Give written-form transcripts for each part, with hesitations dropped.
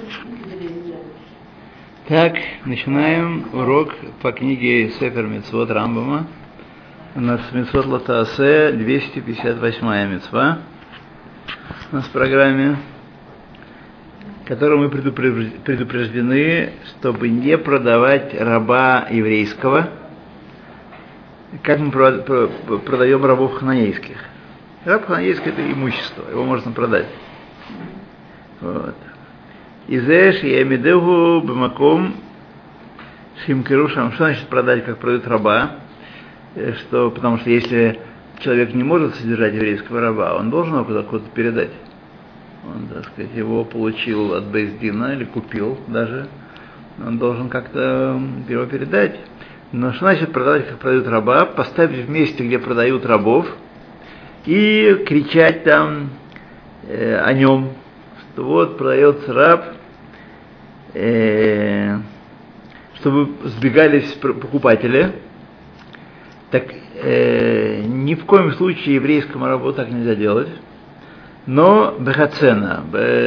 Так, начинаем урок по книге Сефер Мицвот Рамбама. У нас Мицвот Латаасе, 258-я мицва у нас в программе, в которой мы предупреждены, чтобы не продавать раба еврейского, как мы продаем рабов хананейских. Раб хананейский — это имущество, его можно продать. Вот. Изеш и Эмидегу Бамаком Шимкерушам. Что значит продать, как продают раба? Потому что если человек не может содержать еврейского раба, он должен его куда-то передать. Он, так сказать, его получил от бейс-дина или купил даже. Он должен как-то его передать. Но что значит продавать, как продают раба? Поставить в месте, где продают рабов, и кричать там о нем, что вот продается раб, чтобы сбегались покупатели. Так ни в коем случае еврейскому рабу так нельзя делать. Но бехацена,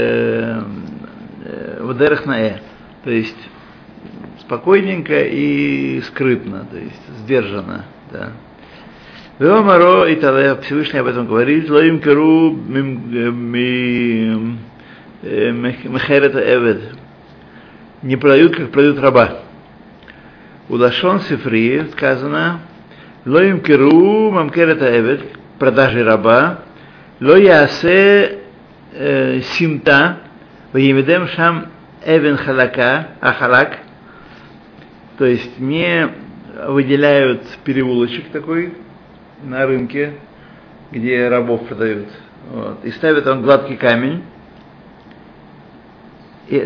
вдерахнаэ, то есть спокойненько и скрытно, то есть сдержанно, да. Веомаро и Тале, Всевышний об этом говорит, лоим керу мехерет эвед, не продают, как продают раба. У Лашон Сифри сказано, лоим керу мамкерет эвед, продажи раба, ло ясе симта, ваемедем шам эвен халака, ахалак, то есть не выделяют переулочек такой на рынке, где рабов продают, вот, и ставят там гладкий камень. И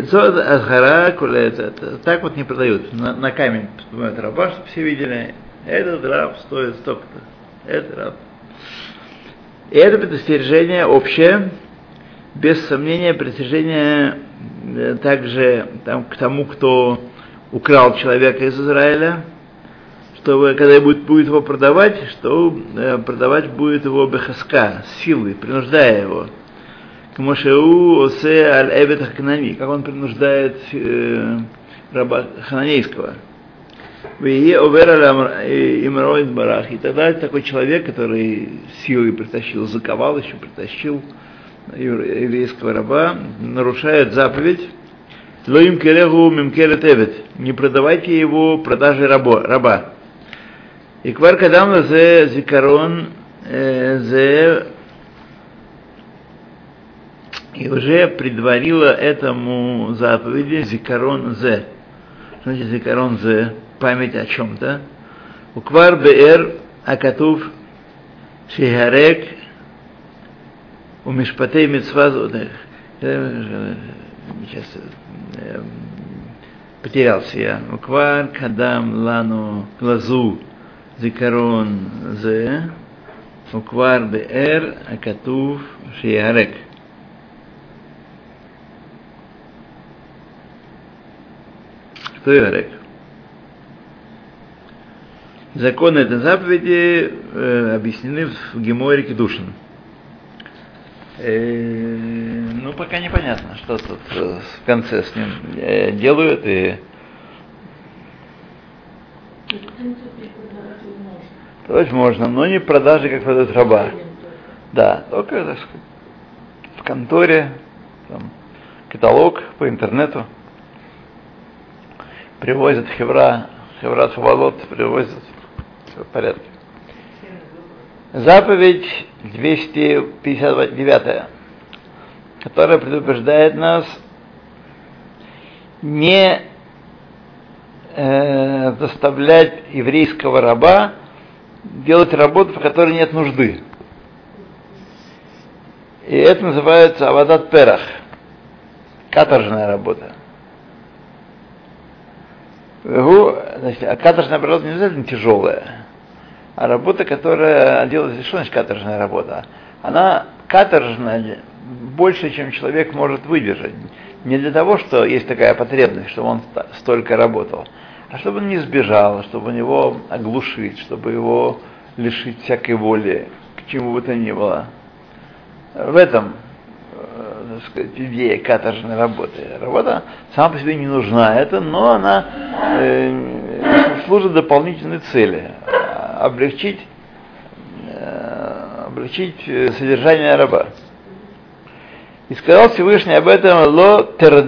так вот не продают. На камень поднимают раба, чтобы все видели, этот раб стоит столько-то, этот раб. И это предостережение общее, без сомнения, предостережение также к тому, кто украл человека из Израиля, чтобы, когда будет его продавать, что продавать будет его бехаска, силой, принуждая его. Кмошеу осе аль эвет хакнани, как он принуждает раба хананейского. Вие овер имроид барах. И тогда такой человек, который силой притащил, заковал еще, притащил еврейского раба, нарушает заповедь. Лоим керегу мимкерет эвет. Не продавайте его продажей раба. И квар кадам зе зикарон зе. И уже предварила этому заповеди зикарон зе. Что значит зикарон зе? Память о чем-то. Уквар беэр акатув шигарек у мишпатей мицва зодех. Сейчас потерялся я. Уквар кадам лану глазу зикарон зе. Уквар беэр акатув шигарек. Что Ярек? Законы этой заповеди объяснены в Геморе Кедушин. Пока непонятно, что тут в конце с ним делают. Продать можно, но не продажи, как продают раба. Да, только так сказать, в конторе, там, каталог по интернету. Привозят Хеврат Хавалот, привозят, все в порядке. Заповедь 259, которая предупреждает нас не заставлять еврейского раба делать работу, в которой нет нужды. И это называется авадат перах, каторжная работа. Значит, каторжная работа не обязательно тяжелая, а работа, которая делается, что значит каторжная работа? Она каторжная больше, чем человек может выдержать. Не для того, что есть такая потребность, чтобы он столько работал, а чтобы он не сбежал, чтобы его оглушить, чтобы его лишить всякой воли, к чему бы то ни было. В этом так сказать, идея каторжной работы. Работа сама по себе не нужна, но она служит дополнительной цели. Облегчить содержание раба. И сказал Всевышний об этом: «Ло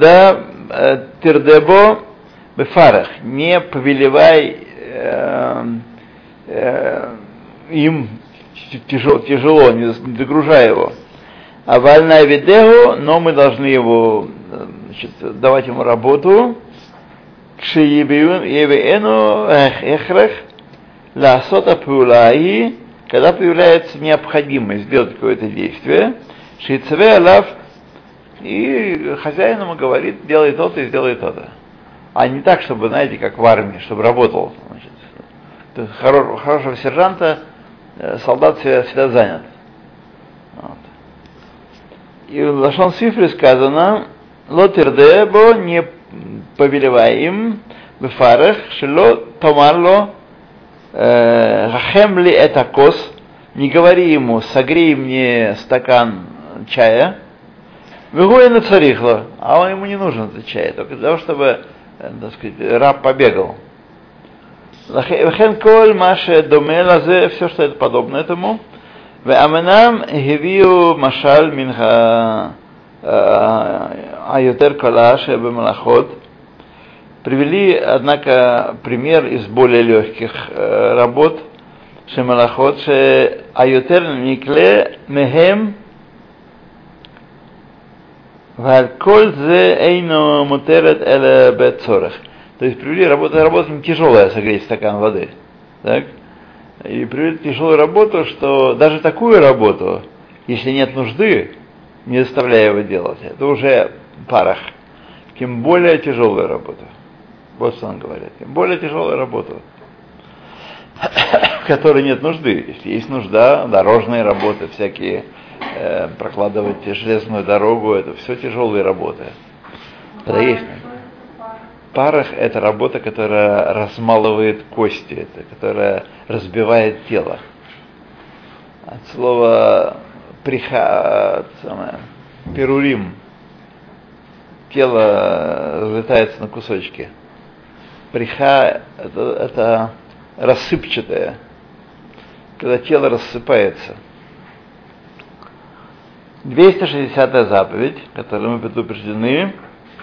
тердебо бефарах», не повелевай им тяжело, не загружай его. А вальная видео, но мы должны его, давать ему работу. Кшиебену эхрех ласота пулаи, когда появляется необходимость сделать какое-то действие, шейцеве алав, и хозяин ему говорит: делай то-то и сделай то-то. А не так, чтобы, знаете, как в армии, чтобы работал. Значит, хорошего сержанта солдат всегда занят. Вот. И в Лашон Сифре сказано: лотердебо, не повелевай им, бефарах, шело томарло, рахемли это кос, не говори ему: согрей мне стакан чая, выгуя на царихло, а он ему не нужен этот чай, только для того, чтобы, так сказать, раб побегал. Лахен коль маше домелазе, все, что это подобно этому. Веаменам гевиу машаль минха айотер калаше бемалахот. Привели, однако, пример из более легких работ. Шемалахот ше айотер никле мехем вальколь зе эйно мутерет эле бецорах. То есть привели работа не тяжелая, согреть стакан воды. Так? И привели тяжелую работу, что даже такую работу, если нет нужды, не заставляя его делать, это уже парах. Тем более тяжелая работа. Вот что он говорит. Тем более тяжелая работа, в которой нет нужды. Если есть нужда, дорожные работы, всякие, прокладывать железную дорогу, это все тяжелые работы. Это есть. Парах — это работа, которая размалывает кости, это, которая разбивает тело. От слова перурим. Тело разлетается на кусочки. Приха — это рассыпчатое, когда тело рассыпается. 260-я заповедь, которой мы предупреждены,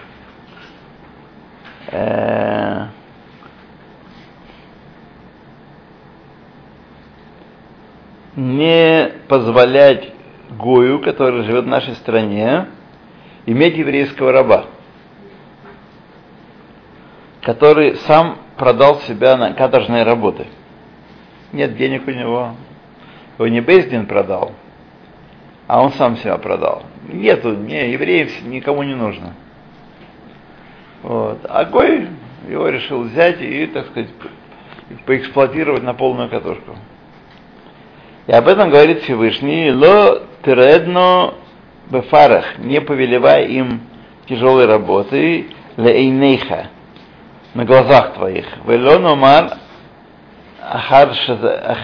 не позволять гою, который живет в нашей стране, иметь еврейского раба, который сам продал себя на каторжные работы. Нет денег у него, его не Бейздин продал, а он сам себя продал. Нету, евреев никому не нужно. Вот. А гой его решил взять и, так сказать, поэксплуатировать на полную катушку. И об этом говорит Всевышний: «Ло тередно бефарах», не повелевай им тяжелой работы, леэйнейха, на глазах твоих, вело номар ахаршазе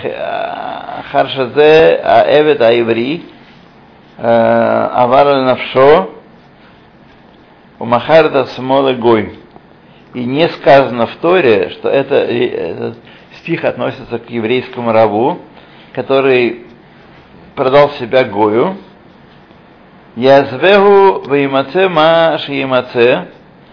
аэвет аиври авар навшо умахар это смола гой. И не сказано в Торе, что этот стих относится к еврейскому рабу, который продал себя гою. Язвегу ваимаце ма шиимаце.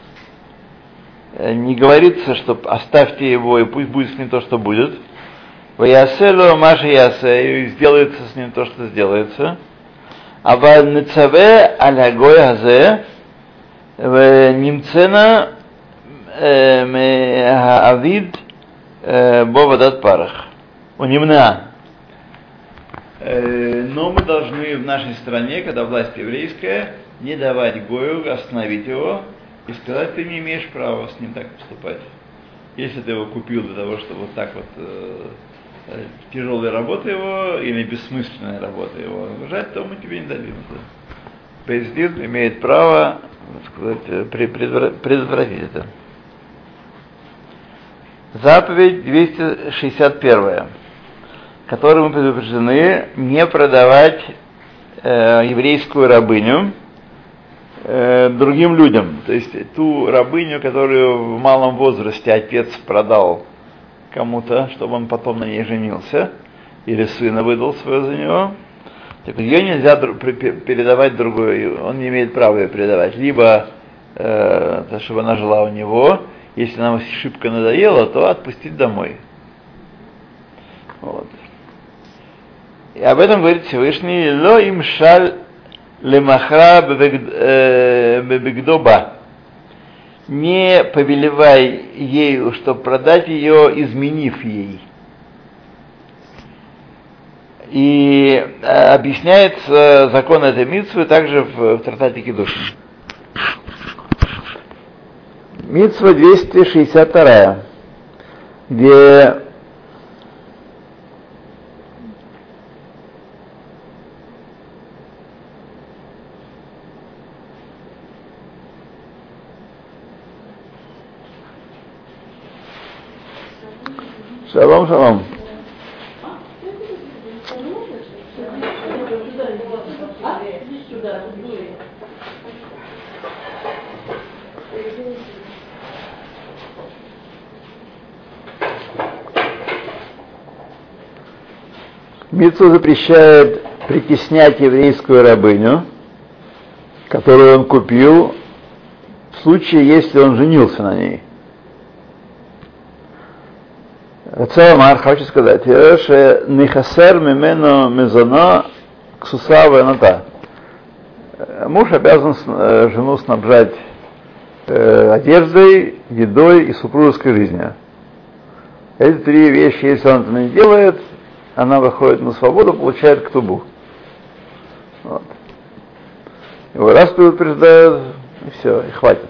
Не говорится, что оставьте его и пусть будет с ним то, что будет. Ваяселу ма шиясе, и сделается с ним то, что сделается. Ава нецаве аля гой хазе немцена авид бовадат парах. Унимна. Но мы должны в нашей стране, когда власть еврейская, не давать гою, остановить его и сказать: ты не имеешь права с ним так поступать. Если ты его купил для того, чтобы вот так вот тяжелая работа его или бессмысленная работа его нагружать, то мы тебе не дадим это. Бейздин имеет право, так сказать, предотвратить это. Заповедь 261, которой мы предупреждены не продавать еврейскую рабыню другим людям. То есть ту рабыню, которую в малом возрасте отец продал кому-то, чтобы он потом на ней женился, или сына выдал своего за него, так ее нельзя передавать другой, он не имеет права ее передавать. Либо, чтобы она жила у него, если нам шибко надоело, то отпустить домой. Вот. И об этом говорит Всевышний: «Ло им шаль лемахра бебегдоба». Не повелевай ею, чтобы продать ее, изменив ей. И объясняется закон этой мицвы также в трактате Кидушин. Мицва 262, где шалом, шалом. Мицва запрещает притеснять еврейскую рабыню, которую он купил, в случае, если он женился на ней. Рацеламар, хочу сказать, что нехасер мимено мезоно ксуса вената. Муж обязан жену снабжать одеждой, едой и супружеской жизнью. Эти три вещи, если он это не делает, она выходит на свободу, получает ктубу. Вот. Его раз предупреждают, и все, и хватит.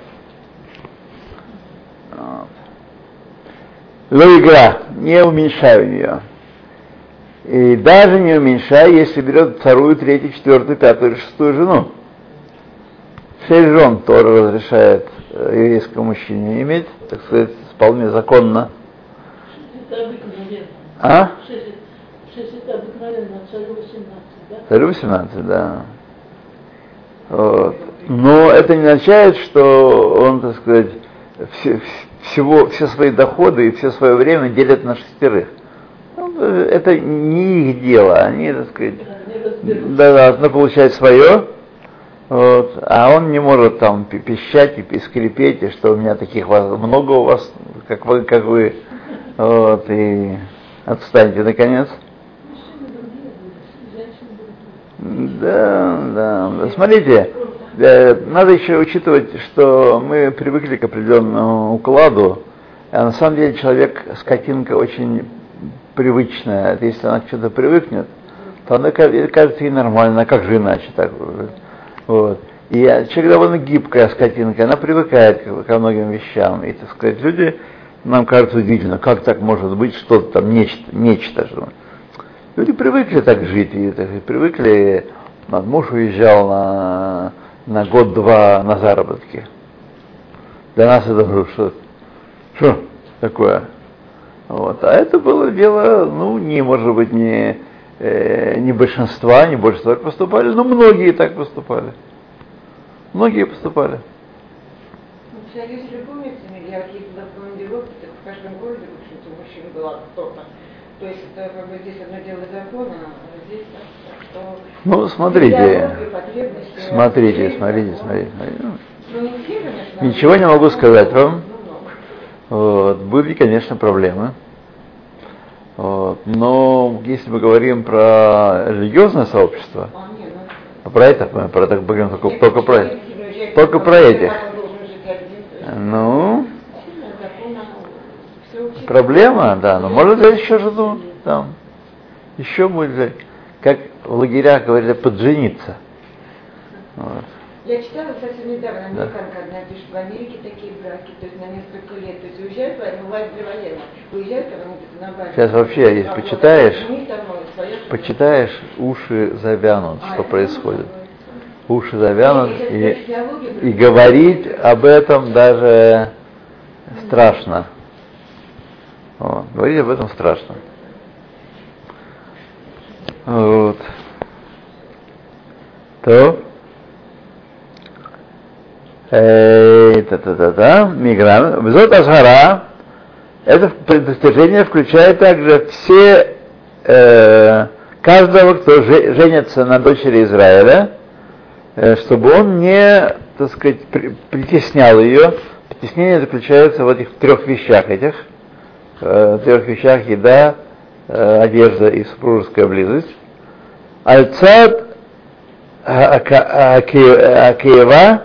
Вот. Лоигра, не уменьшай ее. И даже не уменьшай, если берет вторую, третью, четвертую, пятую или шестую жену. 6 жен Тора разрешает еврейскому мужчине иметь, так сказать, вполне законно. А? 6 это обыкновенно, царю 18, да? Царю 18, да. Вот. Но это не означает, что он, так сказать, все свои доходы и все свое время делят на 6. Это не их дело, они, так сказать, должны получать свое, вот, а он не может там пищать и скрипеть, и что у меня таких много у вас, как вы, вот, и отстаньте, наконец. Да. Смотрите, надо еще учитывать, что мы привыкли к определенному укладу, а на самом деле человек, скотинка очень привычная. Если она к чему-то привыкнет, то она кажется ей нормально, а как же иначе так? Вот. И человек довольно гибкая скотинка, она привыкает ко многим вещам. И, так сказать, люди, нам кажется удивительно, как так может быть, что-то там, нечто. Люди привыкли так жить, и привыкли, муж уезжал на год-два на заработки. Для нас это что такое? Вот. А это было дело, не может быть, не большинства, не большинство так поступали, но многие так поступали. Многие поступали. Если вы помните, я ездила в командировку, в каждом городе, в общем-то, у мужчин была кто-то. То есть это как бы здесь одно дело закона, а здесь что... Смотрите. Не все, конечно, ничего не могу сказать вам. Вот. Были, конечно, проблемы. Вот. Но если мы говорим про религиозное сообщество, про это говорим только про этих. Проблема, да, но можно взять еще жену там. Еще будет взять. Как в лагерях говорили, поджениться. Вот. Я читала совсем недавно, американка одна пишет, в Америке такие браки, то есть на несколько лет, то есть уезжают, бывает революция, уезжают кого-нибудь на базе. Сейчас вообще, если почитаешь, уши завянут, что происходит. Уши завянут, и говорить об этом даже страшно. Вот. Говорить об этом страшно. Вот. То. Миграм. Везот Азгара. Это предостережение включает также все, каждого, кто женится на дочери Израиля, чтобы он не, так сказать, притеснял ее. Притеснение заключается в этих трех вещах еда, одежда и супружеская близость. Альцад Акиева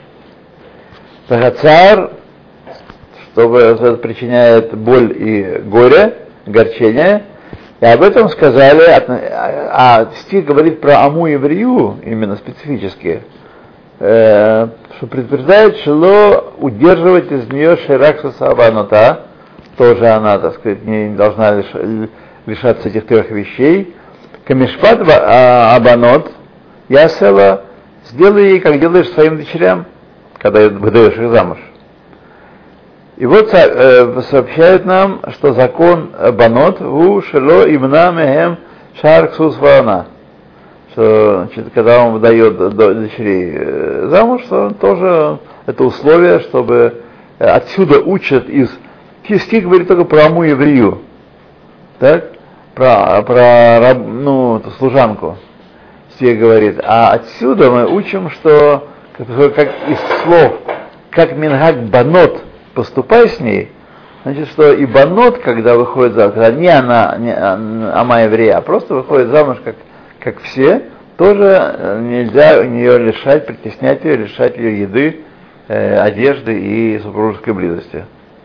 Тахацар, чтобы это причиняет боль и горе, огорчение. И об этом сказали, стих говорит про Аму и Еврею, именно специфически, что предупреждает, что удерживать из нее Шеракса Сабанота, тоже она, так сказать, не должна лишаться этих трех вещей. Камишпат Абанот, Ясела, сделай ей, как делаешь своим дочерям, когда выдаешь их замуж. И вот сообщают нам, что закон Банот у Шело Имна Мехем Шарксус Вана, что когда он выдает дочерей замуж, что он тоже это условие, чтобы отсюда учат из стих говорит только про Аму Еврею, так? Про служанку стих говорит, а отсюда мы учим, что как из слов, как Мингак Банот, поступай с ней, значит, что и Банот, когда выходит замуж, когда не она, не Ама Еврея, а просто выходит замуж, как все, тоже нельзя у нее лишать, притеснять ее, лишать ее еды, одежды и супружеской близости.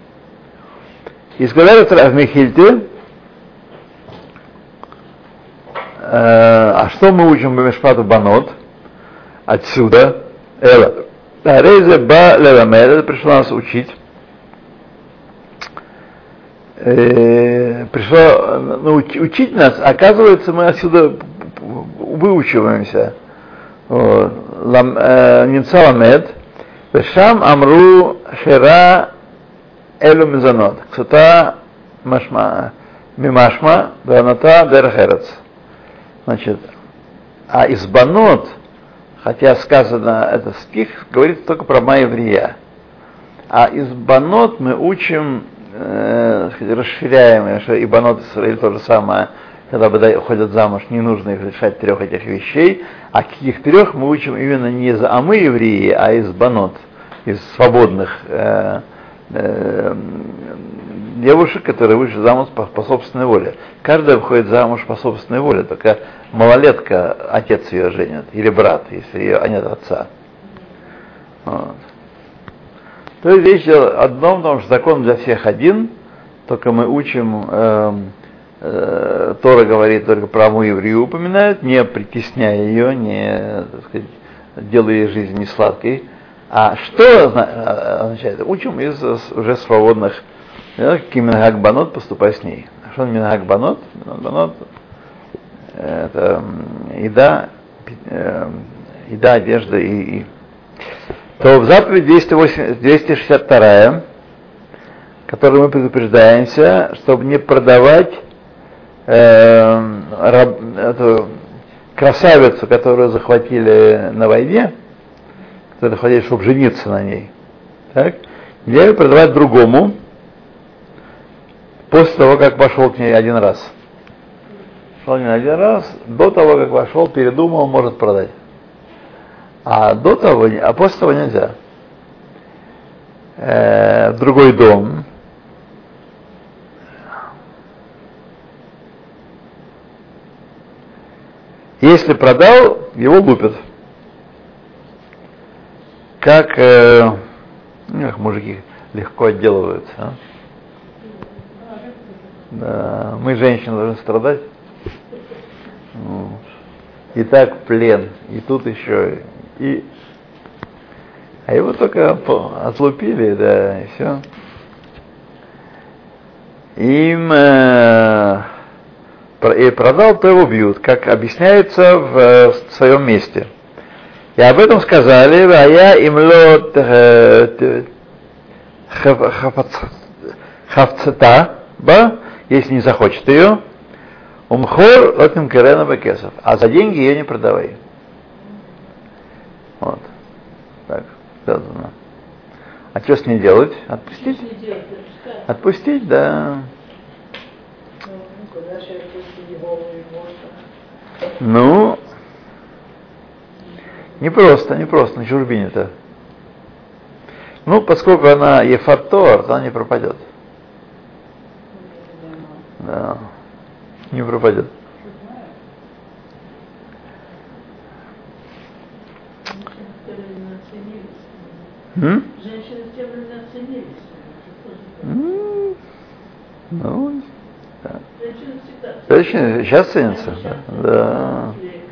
И сказали в Мехильте, а что мы учим Бамешпату Банот? Отсюда, Рейзе Ба Леламед, это пришло нас учить. Пришло учить нас, оказывается, мы отсюда выучиваемся. Немца Ламед, Вешам Амру Шера Элю Мизанот, Ксута Мимашма, Даната Дерхерец. Значит, а из Банот, хотя сказано, этот стих говорит только про Ма-еврея, а из Банот мы учим, расширяем, что и Банот Исраиль то же самое, когда ходят замуж, не нужно их лишать трех этих вещей, а каких трех мы учим именно не из Амы евреи, а из Банот, из свободных девушек, которые вышли замуж по собственной воле. Каждая выходит замуж по собственной воле, только малолетка отец ее женит, или брат, если ее нет отца. Вот. То есть вещь одно, потому что закон для всех один, только мы учим, Тора говорит только про Аму еврею упоминает, не притесняя ее, не, так сказать, делая ей жизнь не сладкой. А что означает? Учим из уже свободных. Мингак Банот, поступай с ней. Что Мингак Банот? Банот это еда, одежда и. То в заповедь 262, которой мы предупреждаемся, чтобы не продавать эту красавицу, которую захватили на войне, которую хотели, чтобы жениться на ней, так? Нельзя ее продавать другому после того, как вошел к ней один раз. Шел не один раз, до того, как вошел, передумал, может продать. А после того нельзя. В другой дом. Если продал, его лупят. Как мужики легко отделываются. А? Да, мы, женщины, должны страдать. И так плен, и тут еще, а его только отлупили, да, и все. Им и продал, то его бьют, как объясняется в своем месте. И об этом сказали, а я имло хавцета, если не захочет ее, умхор лотим керена бекесов, а за деньги ее не продавай. Вот. Так. сказано. А что с ней делать? Отпустить? Не делать, отпускай. Отпустить, да. Ну, не просто, на чужбине-то. Ну, поскольку она ефатор, то она не пропадет. Да, не пропадет. Женщины с тем временем оценились. Ну, да. Женщины всегда. Женщины сейчас ценятся. Да.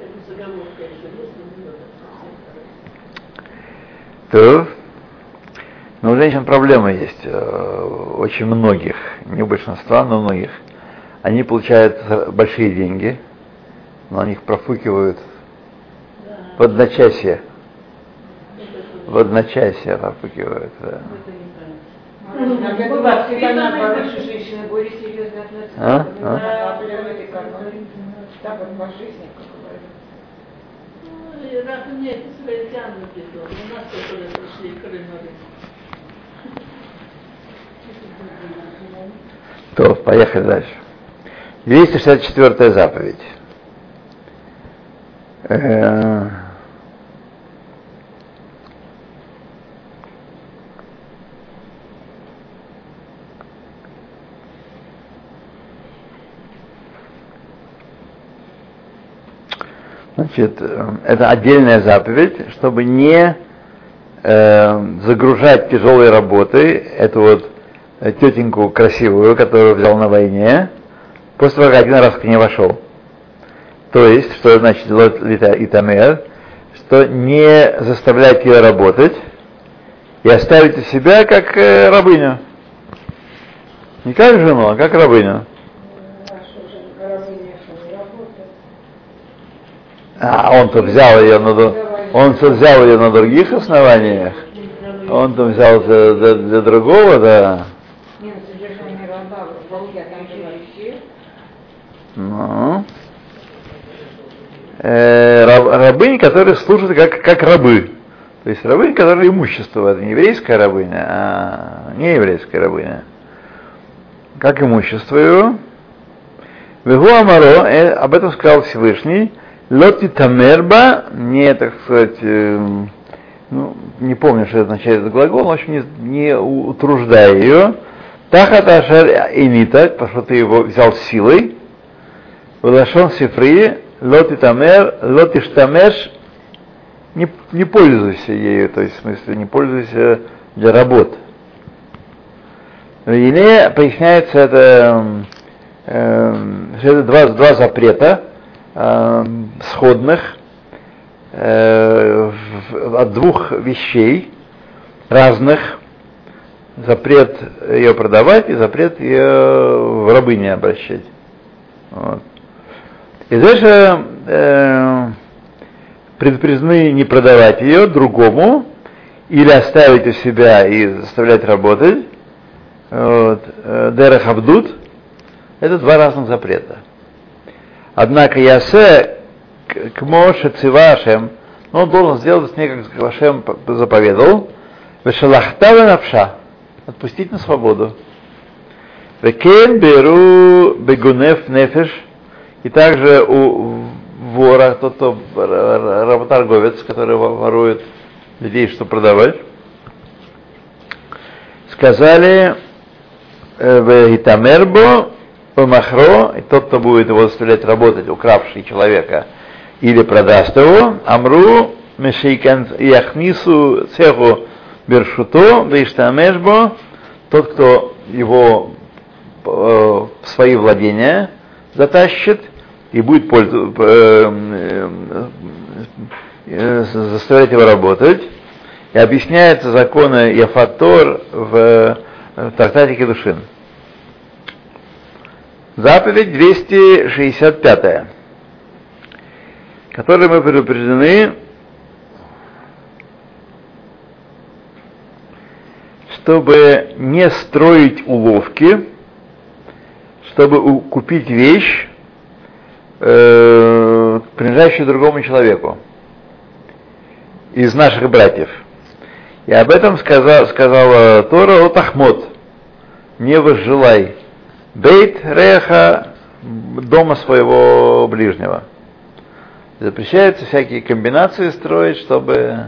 То, но у женщин проблема есть. Очень многих, не у большинства, но у многих. Они получают большие деньги, но они их профукивают в одночасье. В одночасье профукивают. Да. Всегда наоборот, что женщины более серьезно относятся к этой кармы. Так вот по жизни, как говорят. Раз у меня это свои тяны придут, у нас которые пришли коренные. То, поехали дальше. 264-я заповедь. Значит, это отдельная заповедь, чтобы не загружать тяжелой работой эту вот тетеньку красивую, которую взял на войне, после того, как один раз к ней вошел. То есть, что значит лот итамер, что не заставлять ее работать и оставить у себя как рабыню. Не как жену, а как рабыню. Он-то взял ее на других основаниях. Он-то взял для другого, да. Ну. Рабыни, которые служат как рабы. То есть рабыни, которые имущество. Это не еврейская рабыня, а не еврейская рабыня. Как имущество его. Вегу Амаро, об этом сказал Всевышний. Лоти тамерба, не, так сказать, не помню, что это означает этот глагол, в общем, не утруждая ее. Тахат ашер инита, потому что ты его взял силой. Влашон сифри, лоти тамер, лоти штамеш, не пользуйся ею, то есть, в смысле, не пользуйся для работы. В Ине поясняется это два запрета, сходных от двух вещей разных: запрет ее продавать и запрет ее в рабыни обращать. Вот. И дальше предупреждены не продавать ее другому или оставить у себя и заставлять работать. Вот. Дерех абдут — это два разных запрета. Однако Ясе к Моше Цивашем, он должен сделать с ней, как Вашем заповедал, Вешалахтава навша, отпустить на свободу. Векен беру бегунев нефеш, и также у вора, тот, кто работорговец, который ворует людей, чтобы продавать, сказали Вегитамербо Помахро, и тот, кто будет его заставлять работать, укравший человека, или продаст его, Амру, Мешейкан Яхнису Цеху Бершуто, Вейштамешбо, тот, кто его в свои владения затащит и будет заставлять его работать, и объясняется законы Яфатор в трактате Кедушин. Заповедь 265, которой мы предупреждены, чтобы не строить уловки, чтобы купить вещь, принадлежащую другому человеку из наших братьев. И об этом сказала Тора: «Отахмот, не возжелай, бейт реха, дома своего ближнего». Запрещается всякие комбинации строить, чтобы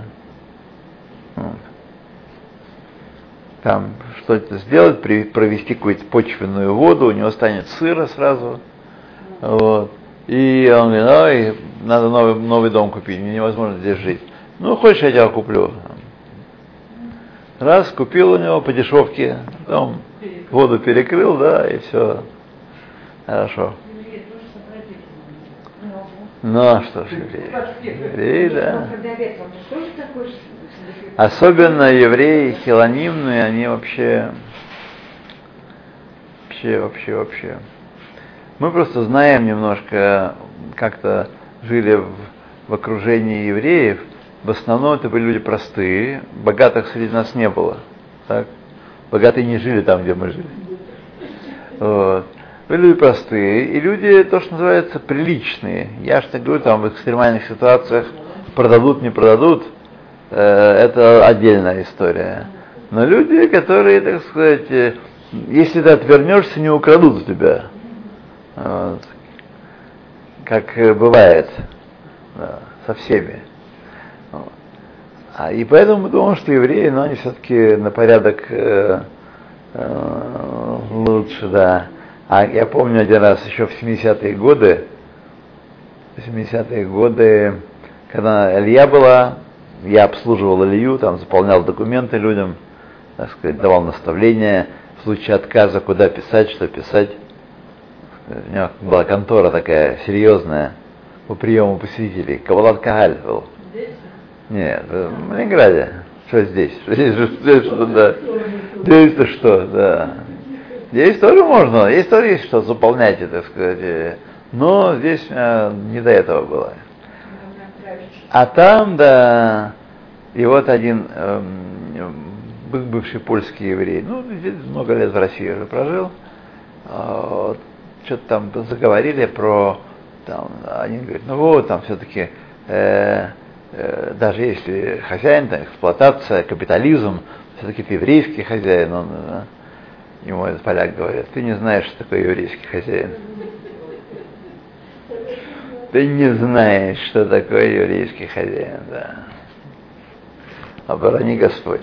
там что-то сделать, провести какую-то почвенную воду, у него станет сыро сразу. Вот. И он говорит: ой, надо новый дом купить, мне невозможно здесь жить. Ну, хочешь, я тебя куплю. Раз, купил у него по дешевке, потом воду перекрыл, да, и все. Хорошо. Ну, а что ж, евреи, да. Особенно евреи хилонимные, они вообще. Мы просто знаем немножко, как-то жили в окружении евреев. В основном это были люди простые, богатых среди нас не было. Так? Богатые не жили там, где мы жили. Вот. Были люди простые, и люди, то, что называется, приличные. Я же так говорю, там в экстремальных ситуациях продадут, не продадут, это отдельная история. Но люди, которые, так сказать, если ты отвернешься, не украдут у тебя. Вот. Как бывает, да, со всеми. Вот. И поэтому мы думаем, что евреи, но они все-таки на порядок лучше, да. А я помню один раз еще в 70-е годы, когда Илья была, я обслуживал Илью, там заполнял документы людям, так сказать, давал наставления в случае отказа, куда писать, что писать. У меня была контора такая серьезная по приему посетителей. Кабалат Кагаль был. Нет, в Ленинграде. Что здесь? Здесь что, да. Здесь-то что, да. Здесь тоже можно, здесь тоже есть что, заполняйте, так сказать. Но здесь не до этого было. А там, да, и вот один бывший польский еврей, ну, много лет в России уже прожил, что-то там заговорили про, там, они говорят, ну вот, там все-таки, даже если хозяин, там, эксплуатация, капитализм, все-таки ты еврейский хозяин, он, ему этот поляк говорит: ты не знаешь, что такое еврейский хозяин. Ты не знаешь, что такое еврейский хозяин, да. Оборони Господь.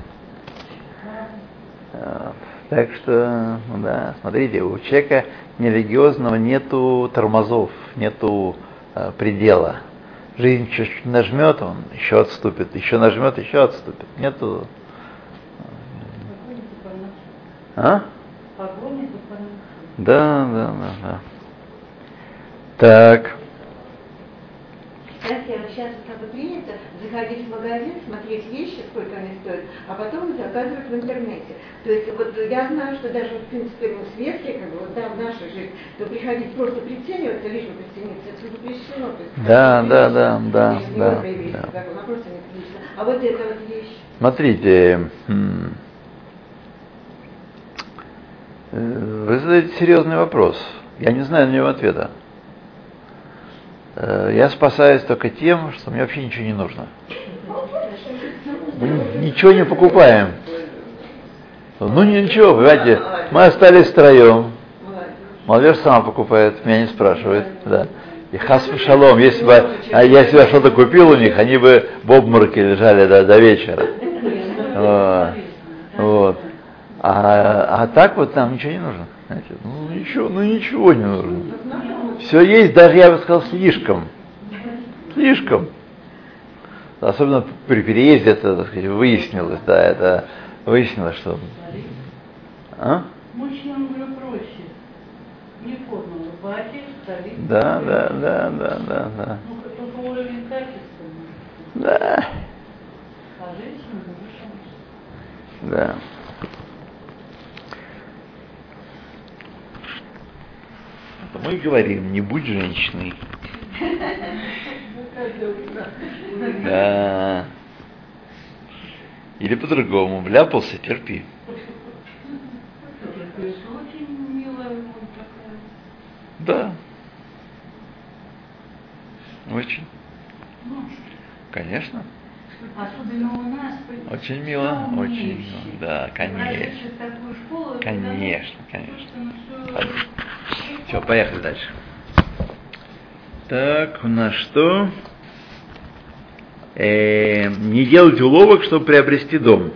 Так что, да, смотрите, у человека нерелигиозного нету тормозов, нету предела. Жизнь чуть нажмет, он еще отступит, еще нажмет, еще отступит. Нету. А? Да. Так. Знаете, сейчас как бы принято заходить в магазин, смотреть вещи, сколько они стоят, а потом заказывать в интернете. То есть вот я знаю, что даже в принципе в светке, как бы вот да, в нашей жизни, то приходить просто прицениваться, лишь бы прицениться, это запрещено. Да. А вот эта вот вещь. Смотрите, вы задаете серьезный вопрос. Я не знаю на него ответа. Я спасаюсь только тем, что мне вообще ничего не нужно. Мы ничего не покупаем. Ну ничего, понимаете, мы остались втроем. Молодежь сама покупает, меня не спрашивает. Да. И хас шалом, если бы я себе что-то купил у них, они бы в обмороке лежали до вечера. Вот. А так вот нам ничего не нужно. Знаете, ничего не нужно. Все есть, даже я бы сказал, слишком. Особенно при переезде это, так сказать, выяснилось, да, это выяснилось, что. А? Мужчинам уже проще. Не форма, рубахи, столицы. Да. Ну, только уровень качества. Да. А женщинам уже шанс. Да. Мы говорим, не будь женщиной. Да. Или по-другому, вляпался, терпи. Очень милая такая. Да. Очень. Ну, Конечно. Особенно у нас. Очень мило, очень мило. Да, конечно. Такую школу, Конечно, конечно. Все, поехали дальше. Так, у нас что? Не делать уловок, чтобы приобрести дом.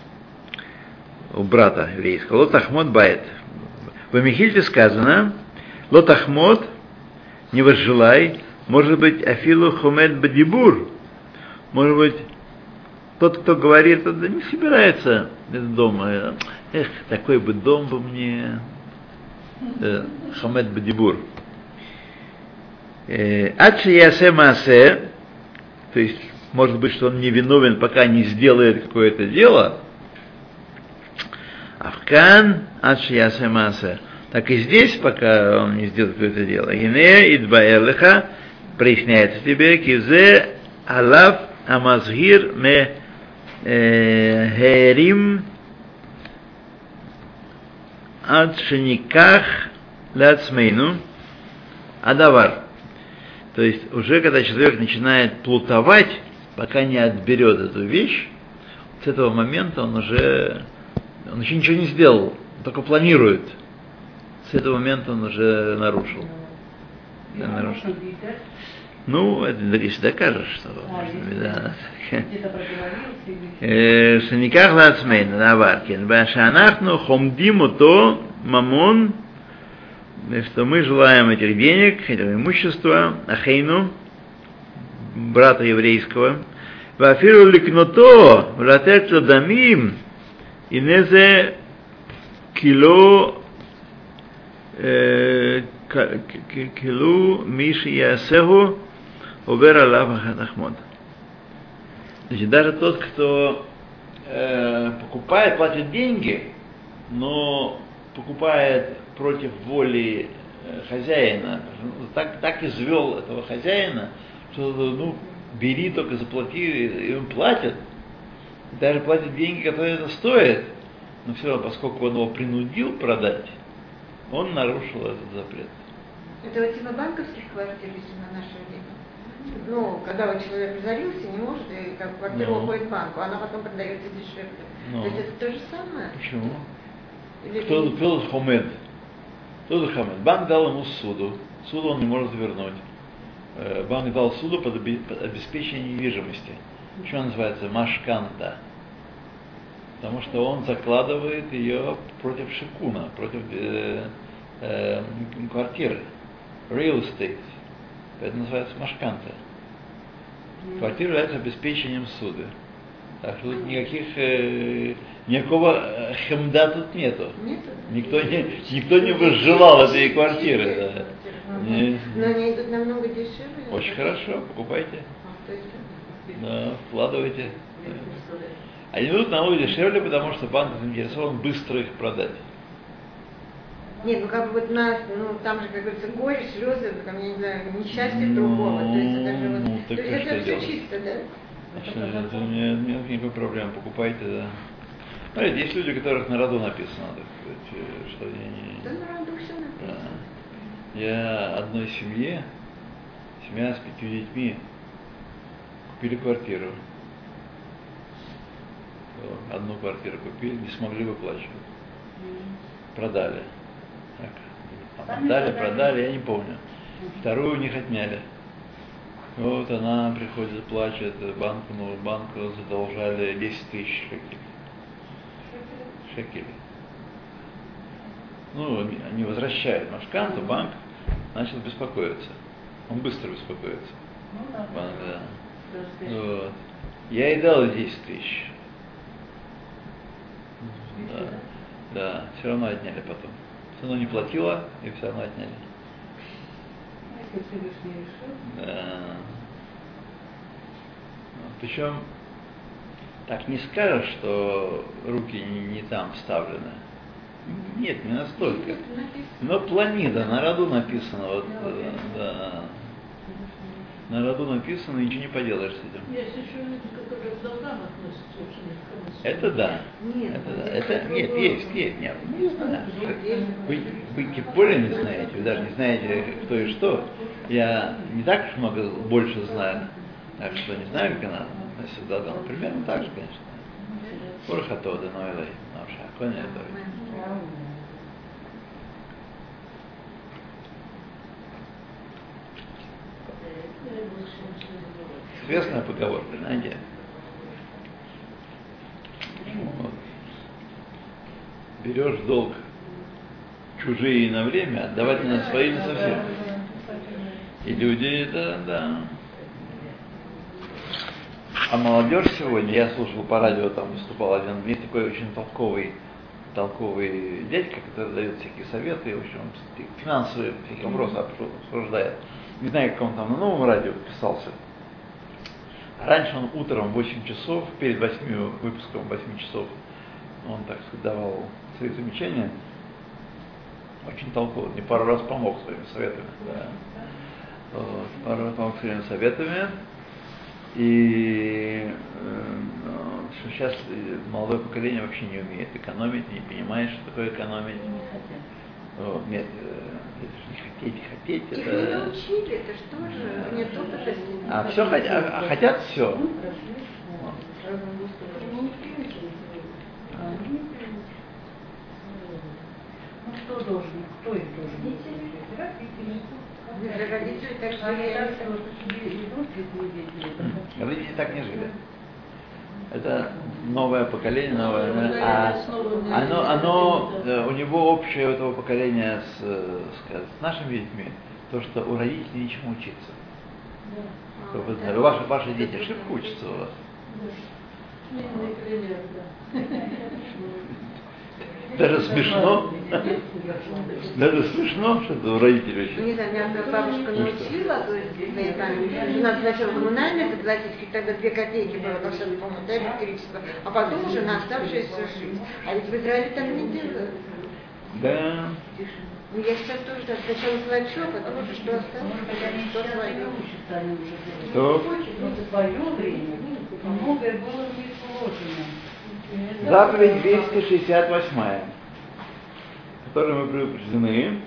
У брата еврейского. Лот Ахмод Байт. В Михильте сказано, Лот Ахмод, не возжелай, может быть, Афилу Хомед Бадибур, может быть, тот, кто говорит, да не собирается из дома. Эх, такой бы дом бы мне. Хомед Бадибур. Адши Ясе Маасе, то есть, может быть, что он не виновен, пока не сделает какое-то дело. Авкан Адши Ясе Маасе. Так и здесь, пока он не сделает какое-то дело. Гине Идбаэрлиха, проясняется тебе, Кизе Алав Амазгир Ме Херим Адшиниках Лацмейну Адавар. То есть уже когда человек начинает плутовать, пока не отберет эту вещь, с этого момента он еще ничего не сделал, он только планирует. С этого момента он уже нарушил. Нарушил. Ну, это если докажешь, что можно, да. Шаниках лацмейн, наваркин. Башанахну хомдиму то мамон, что мы желаем этих денег, этого имущества, ахейну, брата еврейского, вафиру ликното, влатет ладамим, инезе кило килу миши ясеху овер алав ахмод. Значит, даже тот, кто покупает, платит деньги, но покупает против воли хозяина, так извел этого хозяина, что бери, только заплати, и он платит, даже платит деньги, которые это стоит, но все равно, поскольку он его принудил продать, он нарушил этот запрет. Это вот типа банковских квартир, если на наше время. Ну, когда вот человек разорился, не может, и как квартира уходит в банку, она потом продается дешевле. То есть это то же самое? Почему? Кто хомед? Банк дал ему суду. Суду он не может вернуть. Банк дал суду под обеспечение недвижимости. Почему она называется машканта? Потому что он закладывает ее против шикуна, против квартиры. Real estate. Это называется машканта. Квартира является обеспечением суда. Так что тут никакого хемда тут нету. Никто не возжелал этой квартиры. Да. Но они идут намного дешевле. Очень хорошо, покупайте. Да, вкладывайте. Они идут намного дешевле, потому что банк заинтересован быстро их продать. Нет, как бы вот нас, там же, как говорится, горе, слезы, там, я не знаю, несчастье другого. То есть это же вот. То есть это все чисто, да? Значит, нет никакой проблемы, покупайте, да. Смотрите, есть люди, у которых на роду написано, так сказать, что они не. Да, на роду все написано. Да. Я одной семья с 5 детьми, купили квартиру. Одну квартиру купили, не смогли выплачивать. Продали. Так. Продали, я не помню. Вторую у них отняли. Вот она приходит, плачет банку, но банку задолжали 10 тысяч шекелей. Они возвращают машканту, банк начал беспокоиться. Он быстро беспокоится. Банк, да. Вот. Я ей дал 10 тысяч. Да, все равно отняли потом. Все равно не платила, и все равно отняли. Да. Причем так не скажешь, что руки не там вставлены. Нет, не настолько. Но планида, на роду написано. Вот, да. На роду написано, и ничего не поделаешь с этим. Есть еще люди, которые к долгам относятся очень легко. Это да. Нет, есть, нет, не знаю. Вы более не знаете, вы даже не знаете, кто и что. Я не так много больше знаю, так что не знаю, как она создал. Примерно так же, конечно. Урхатода, Нойлей, Навша, Коня, известная поговорка, знаете. Вот. Берешь в долг чужие на время, отдавать на свои не совсем. И люди, да. А молодежь сегодня, я слушал по радио, там выступал один, есть такой очень толковый дядька, который дает всякие советы, в общем, финансовые всякие вопросы обсуждает. Не знаю, как он там на новом радио писался. Раньше он утром в 8 часов, перед 8 выпуском 8 часов, он, так сказать, давал свои замечания. Очень толково. Мне пару раз помог своими советами. Да. Вот, пару раз помог своими советами. И что сейчас молодое поколение вообще не умеет экономить, не понимает, что такое экономить. Вот, нет, это же не хотеть. Их Это... не научили, это что же, нет опыта. Все хотят все. Ну кто должен? Кто их должен? Родители так Родители так не жили. Это новое поколение, у него общее у этого поколения с нашими детьми, то, что у родителей ничему учиться. Ваши дети шибко учатся у вас. Даже смешно, что у родителей учатся. Не знаю, меня бабушка научила, то есть, у нас сначала коммунальные заплатить, тогда 2 копейки было, по всему, по-моему, да, электричество, а потом уже на оставшуюся жизнь. А ведь в Израиле там не делают. Да. Ну, я сейчас тоже, да, сначала плачу, а потом уже что осталось, что свое. Что? Это свое время, многое было в них вложено. Заповедь 268, которой мы предупреждены,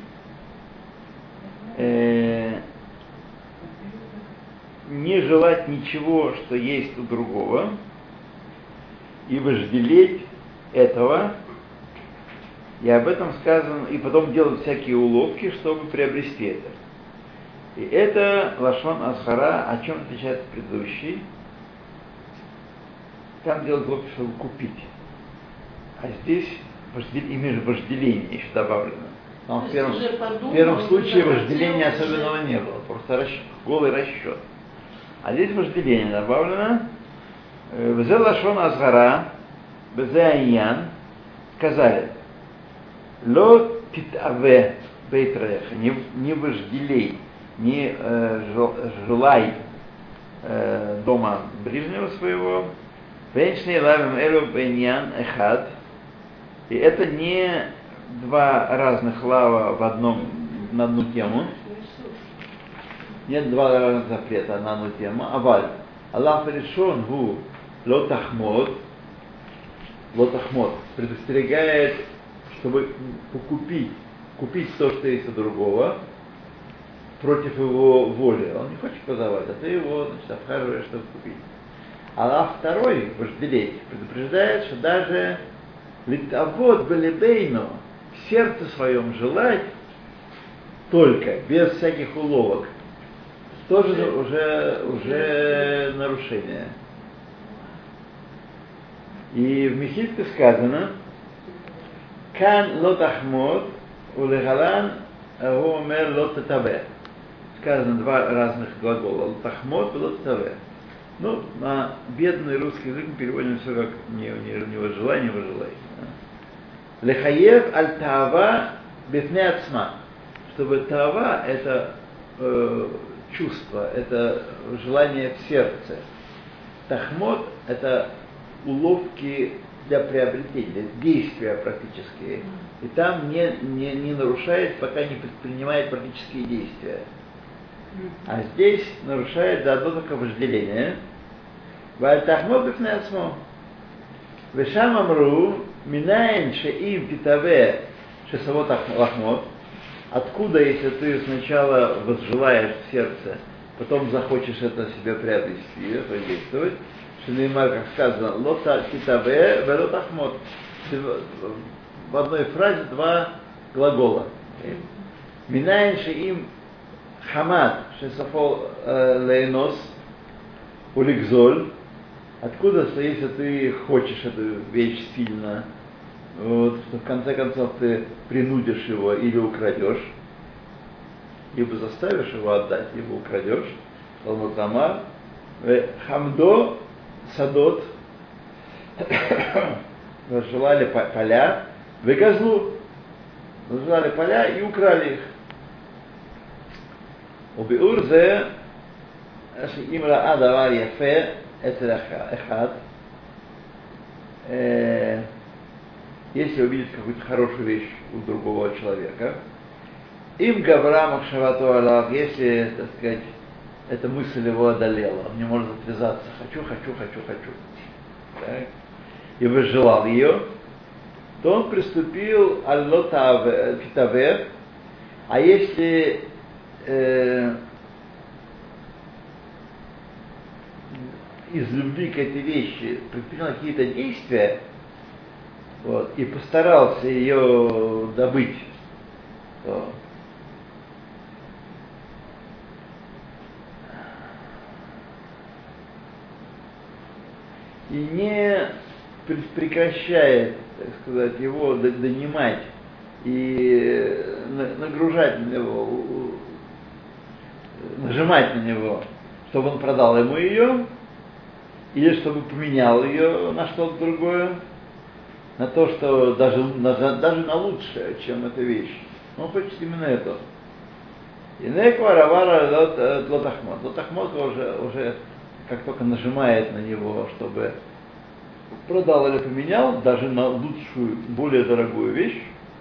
не желать ничего, что есть у другого, и вожделеть этого, и об этом сказано, и потом делать всякие уловки, чтобы приобрести это. И это лашон азхара, о чем отличается предыдущий. Там делать уловки, чтобы купить. А здесь именно вожделение еще добавлено. Но в первом случае вожделения особенного не было, просто голый расчет. А здесь вожделение добавлено. Взе лашон азгара, взе айян, сказали, ло титаве бейтреха, не вожделей, не желай дома ближнего своего, веншней лавим элю беньян эхад, и это не 2 разных лава на одну тему, нет 2 разных запрета на одну тему, аваль, Аллах решен гу лотахмот, предостерегает, чтобы купить то, что есть у другого, против его воли. Он не хочет продавать, а ты его, обхаживаешь, чтобы купить. Аллах второй, вожделеть, предупреждает, что даже литавод белебейну, в сердце своем желать только, без всяких уловок, тоже уже нарушение. И в Мехилке сказано, кан лотахмот улегалан гомер лотатаве. Сказано 2 разных глагола, лотахмот и лотатаве. Ну, на бедный русский язык мы переводим все как не возжелай, не возжелай. Лехаев аль-таава бифне ацма. Чтобы таава это чувство, это желание в сердце. Тахмот это уловки для приобретения, действия практические. И там не нарушает, пока не предпринимает практические действия. А здесь нарушает заодно только вожделение. Вальтахмот бифне ацмо. Вешам амру минаен шеим питаве шесавот лахмот. Откуда, если ты сначала возжелаешь в сердце, потом захочешь это себе приобрести, это действовать, Шинеймар, как сказано, лота титаве, велот ахмот. В одной фразе два глагола. Минаин им хамат, шесофол лейнос, уликзоль. Откуда, если ты хочешь эту вещь сильно, вот, что в конце концов ты принудишь его или украдешь, либо заставишь его отдать, либо украдешь. Талмуд-Амар, хамдо садот, желали поля, вегазлу, желали поля и украли их. Убиурзе, имра адавар яфе, это эхад. Если увидит какую-то хорошую вещь у другого человека, им гавра махшавату алав, если, так сказать, эта мысль его одолела, он не может отвязаться, хочу. Так. И возжелал ее, то он приступил аль-лота питаве, а если из любви к этой вещи предпринял какие-то действия, вот, и постарался ее добыть, то и не прекращает, так сказать, его донимать и нагружать на него, нажимать на него, чтобы он продал ему ее, или чтобы поменял ее на что-то другое, на то, что даже на лучшее, чем эта вещь. Он хочет именно это. И некваравара лотахмот. Лотахмот уже как только нажимает на него, чтобы продал или поменял, даже на лучшую, более дорогую вещь,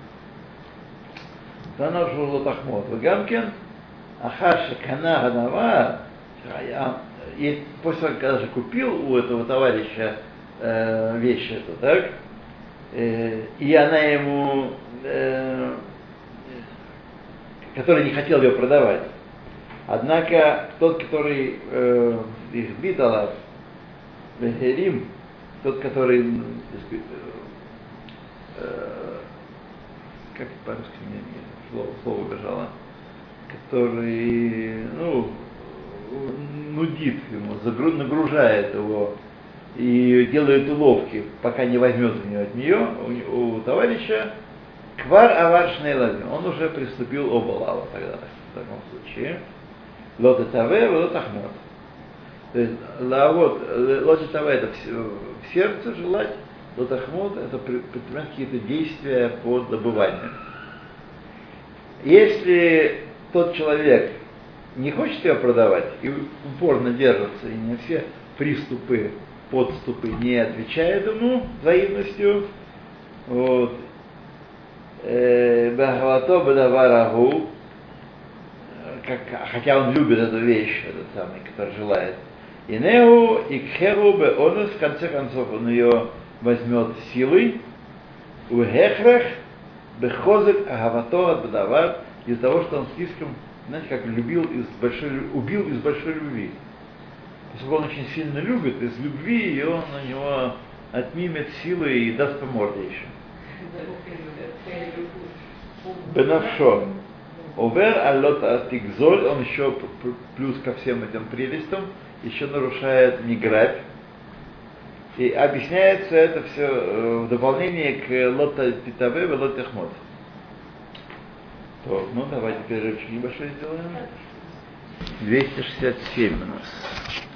то она уже лотахмот. Вагамкин, ахаши кана гадава, и после того, когда же купил у этого товарища вещь эту, так, и она ему, который не хотел ее продавать. Однако тот, который их битал, Рим, тот, который, как по-русски мне слово убежало, который, нудит ему, нагружает его и делает уловки, пока не возьмет от нее, у товарища, квар авар шнейлазим, он уже приступил оба лава тогда, в таком случае. Лот таве, лот ахмот. То есть лот таве это в сердце желать, лот ахмот это предпринимать какие-то действия по добыванию. Если тот человек не хочет ее продавать и упорно держится, и не все приступы, подступы не отвечает ему взаимностью, вот, хотя он любит эту вещь, этот самый, который желает. И неу, и кхеру беонус, в конце концов он ее возьмет силой, ухехрах, бехозек, агавато, бадавар, из-за того, что он слишком, знаете, как убил из большой любви. Поскольку он очень сильно любит, из любви ее на него отнимет силы и даст по морде еще. Бенавшо. Овер аллот астикзоль, он еще плюс ко всем этим прелестям, еще нарушает не грабь. И объясняется это все в дополнение к лота титаве и лот эхмот. То, давайте перерывчик небольшой сделаем. 267 у нас.